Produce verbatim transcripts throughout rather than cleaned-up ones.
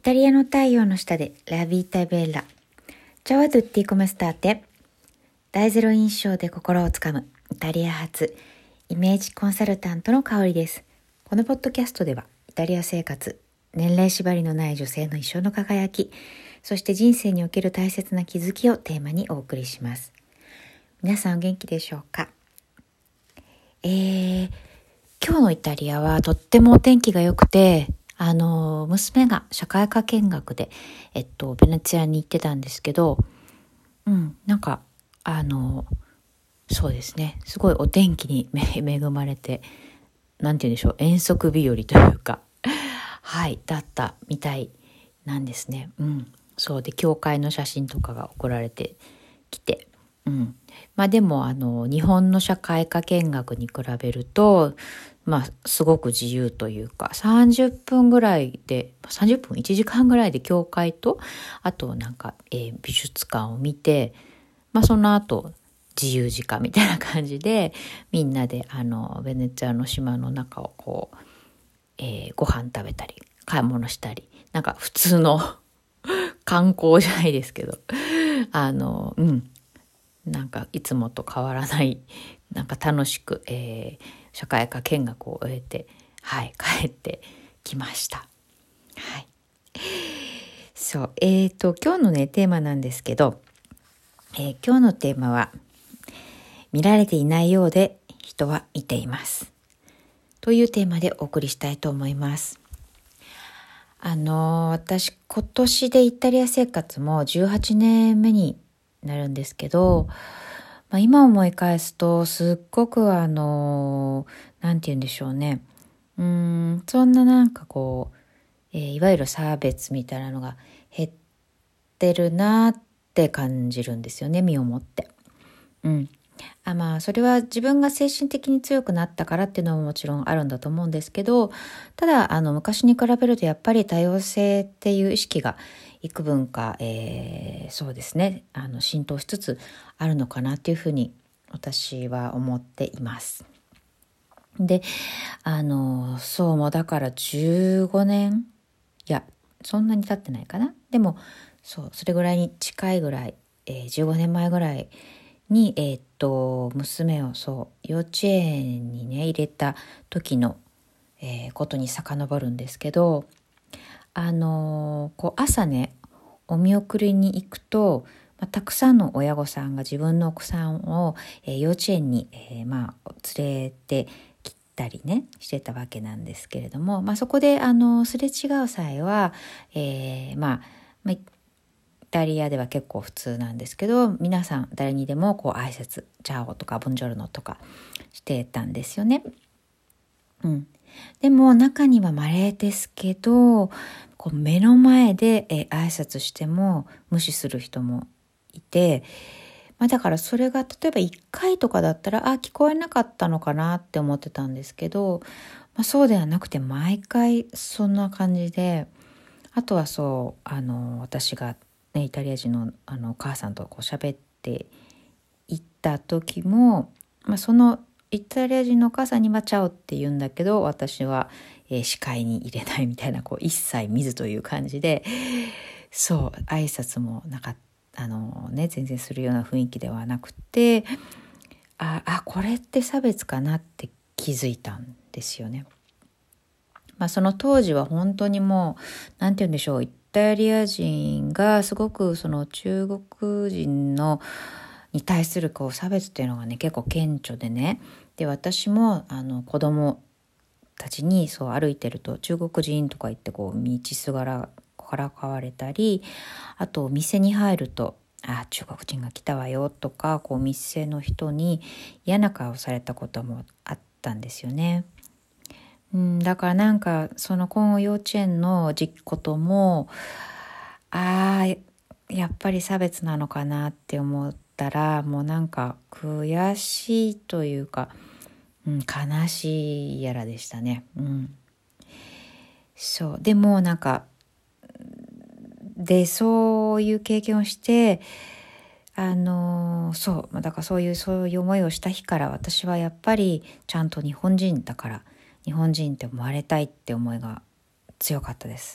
タリアの太陽の下でラビータベッラ。チャワトゥッティコメスターテ。大ゼロ印象で心をつかむイタリア発イメージコンサルタントの香りです。このポッドキャストではイタリア生活、年齢縛りのない女性の一生の輝き、そして人生における大切な気づきをテーマにお送りします。皆さんお元気でしょうか？えー、今日のイタリアはとってもお天気が良くて、あの娘が社会科見学で、えっと、ベネツィアに行ってたんですけど、うん、なんかあのそうですね、すごいお天気に恵まれて、なんて言うんでしょう、遠足日和というかはいだったみたいなんですね。うん、そうで教会の写真とかが送られてきて、うん、まあでもあの日本の社会科見学に比べると、まあすごく自由というか、さんじゅっぷんぐらいでさんじゅっぷんいちじかんぐらいで教会と、あとなんか、えー、美術館を見て、まあその後自由時間みたいな感じで、みんなであのベネツィアの島の中をこう、えー、ご飯食べたり買い物したり、なんか普通の観光じゃないですけど、あのうんなんかいつもと変わらないなんか楽しく、えー、社会科見学を終えて、はい帰ってきました。はい。そうえーと今日のねテーマなんですけど、えー、今日のテーマは見られていないようで人は見ていますというテーマでお送りしたいと思います。あの私今年でイタリア生活もじゅうはちねんめになるんですけど、まあ、今思い返すとすっごくあのなんて言うんでしょうね、うーんそんななんかこう、えー、いわゆる差別みたいなのが減ってるなって感じるんですよね、身をもって。うんあまあそれは自分が精神的に強くなったからっていうのももちろんあるんだと思うんですけど、ただあの昔に比べるとやっぱり多様性っていう意識が幾分か、えー、そうですねあの浸透しつつあるのかなっていうふうに私は思っています。であのそうもだからじゅうごねん、いやそんなに経ってないかな、でもそうそれぐらいに近いぐらい、えー、じゅうごねんまえぐらいに、えー、っと娘をそう幼稚園にね入れた時の、えー、ことに遡るんですけど、あのー、こう朝ねお見送りに行くと、まあ、たくさんの親御さんが自分のお子さんを、えー、幼稚園に、えーまあ、連れてきたりねしてたわけなんですけれども、まあ、そこであのすれ違う際は、えー、まあ、まあイタリアでは結構普通なんですけど、皆さん誰にでもこう挨拶チャオとかボンジョルノとかしてたんですよね。うん、でも中には稀ですけど、こう目の前でえ挨拶しても無視する人もいて、まあ、だからそれが例えばいっかいとかだったらあ聞こえなかったのかなって思ってたんですけど、まあ、そうではなくて毎回そんな感じで、あとはそうあの私がね、イタリア人の、あのお母さんとこう喋っていった時も、まあ、そのイタリア人のお母さんにはチャオって言うんだけど、私は、えー、視界に入れないみたいな、こう一切見ずという感じで、そう挨拶もなかったあのね全然するような雰囲気ではなくて、ああこれって差別かなって気づいたんですよね。まあ、その当時は本当にもうなんて言うんでしょう、イタリア人がすごくその中国人のに対するこう差別っていうのがね結構顕著でね、で私もあの子供たちにそう歩いてると中国人とか言ってこう道すがらからかわれたり、あと店に入るとあ中国人が来たわよとか、こう店の人に嫌な顔されたこともあったんですよね。うん、だからなんかその今後幼稚園の時期こともああやっぱり差別なのかなって思ったら、もうなんか悔しいというか、うん、悲しいやらでしたね。うん、そうでもなんかでそういう経験をしてあのそうだからそういうそういう思いをした日から、私はやっぱりちゃんと日本人だから日本人って思われたいって思いが強かったです。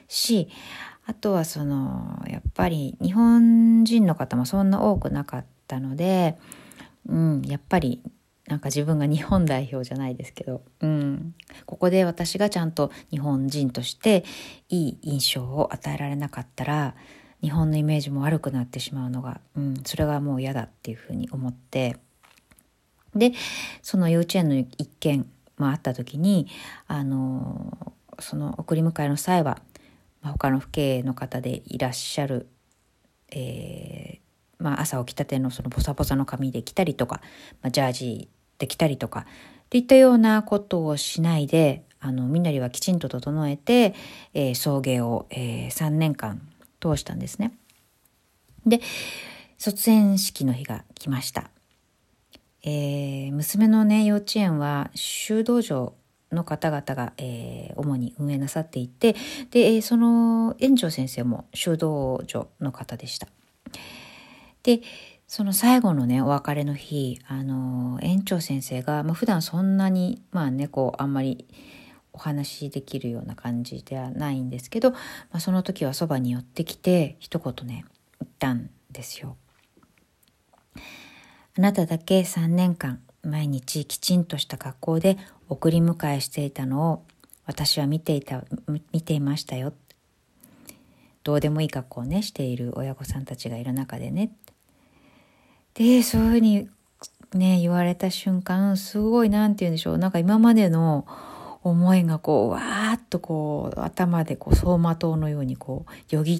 し、あとはそのやっぱり日本人の方もそんな多くなかったので、うん、やっぱりなんか自分が日本代表じゃないですけど、うん、ここで私がちゃんと日本人としていい印象を与えられなかったら、日本のイメージも悪くなってしまうのが、うん、それがもう嫌だっていうふうに思って、でその幼稚園の一件、まあ、あった時にあのその送り迎えの際は、まあ、他の父兄の方でいらっしゃる、えーまあ、朝起きたてのそのボサボサの髪で来たりとか、まあ、ジャージで来たりとかといったようなことをしないで、あのみんなにはきちんと整えて、えー、送迎を、えー、さんねんかん通したんですね。で卒園式の日が来ました。えー、娘のね幼稚園は修道場の方々が、えー、主に運営なさっていて、でその園長先生も修道場の方でした。でその最後のねお別れの日、あの園長先生が、まあ、普段そんなにまあねこうあんまりお話できるような感じではないんですけど、まあ、その時はそばに寄ってきて一言ね言ったんですよ。あなただけさんねんかん毎日きちんとした格好で送り迎えしていたのを私は見ていた見ていましたよ。どうでもいい格好をねしている親御さんたちがいる中でね。でそういうふうにね言われた瞬間、すごいなんて言うんでしょう、なんか今までの思いがこうわーっとこう頭でこう走馬灯のようにこうよぎって、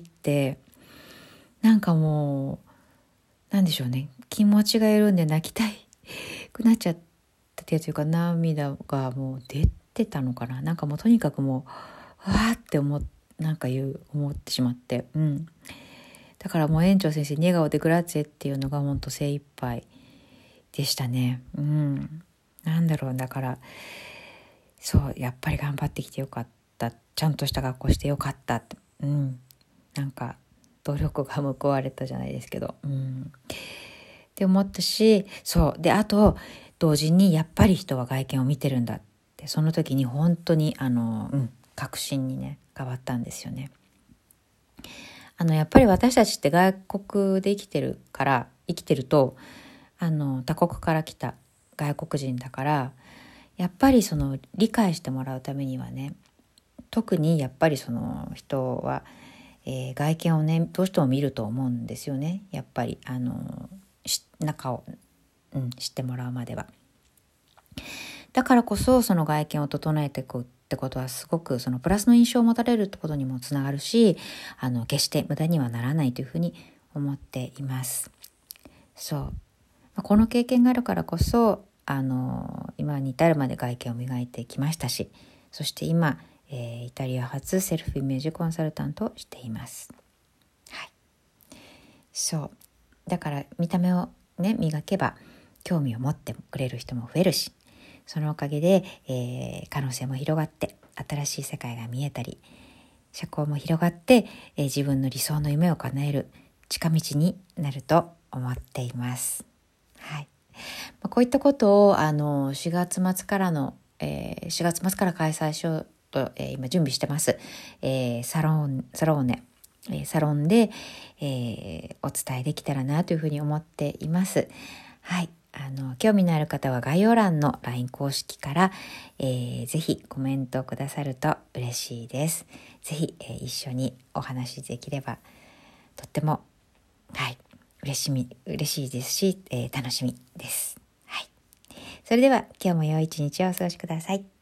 なんかもうなんでしょうね、気持ちが緩んで泣きたいくなっちゃったというか、涙がもう出てたのかな、なんかもうとにかくもうわーって思っなんか言う思ってしまって、うん、だからもう園長先生に笑顔でグラッツェっていうのが本当精一杯でしたね。うん、なんだろう、だからそうやっぱり頑張ってきてよかった、ちゃんとした学校してよかった、うん、なんか努力が報われたじゃないですけど、うん、って思ったし、そうであと同時にやっぱり人は外見を見てるんだって、その時に本当にあの、うん、確信にね変わったんですよね。あのやっぱり私たちって外国で生きてるから生きてるとあの他国から来た外国人だから、やっぱりその理解してもらうためにはね、特にやっぱりその人は、えー、外見をねどうしても見ると思うんですよね。やっぱりあの中を、うん、知ってもらうまでは。だからこそその外見を整えていくってことはすごくそのプラスの印象を持たれるってことにもつながるし、あの決して無駄にはならないというふうに思っています。そうこの経験があるからこそあの今に至るまで外見を磨いてきましたし、そして今、えー、イタリア初セルフイメージコンサルタントをしています。はい、そうだから見た目をね磨けば興味を持ってくれる人も増えるし、そのおかげで、えー、可能性も広がって新しい世界が見えたり、社交も広がって、えー、自分の理想の夢を叶える近道になると思っています。はい、まあ、こういったことをあのしがつ末からの、えー、しがつ末から開催しようと、えー、今準備してます、えー、サロンサローネ、えー、サロンで、えー、お伝えできたらなというふうに思っています。はい、あの興味のある方は概要欄の ライン 公式から、えー、ぜひコメントくださると嬉しいです。ぜひ、えー、一緒にお話できればとってもはい嬉しみ嬉しいですし、えー、楽しみです。はい、それでは今日も良い一日をお過ごしください。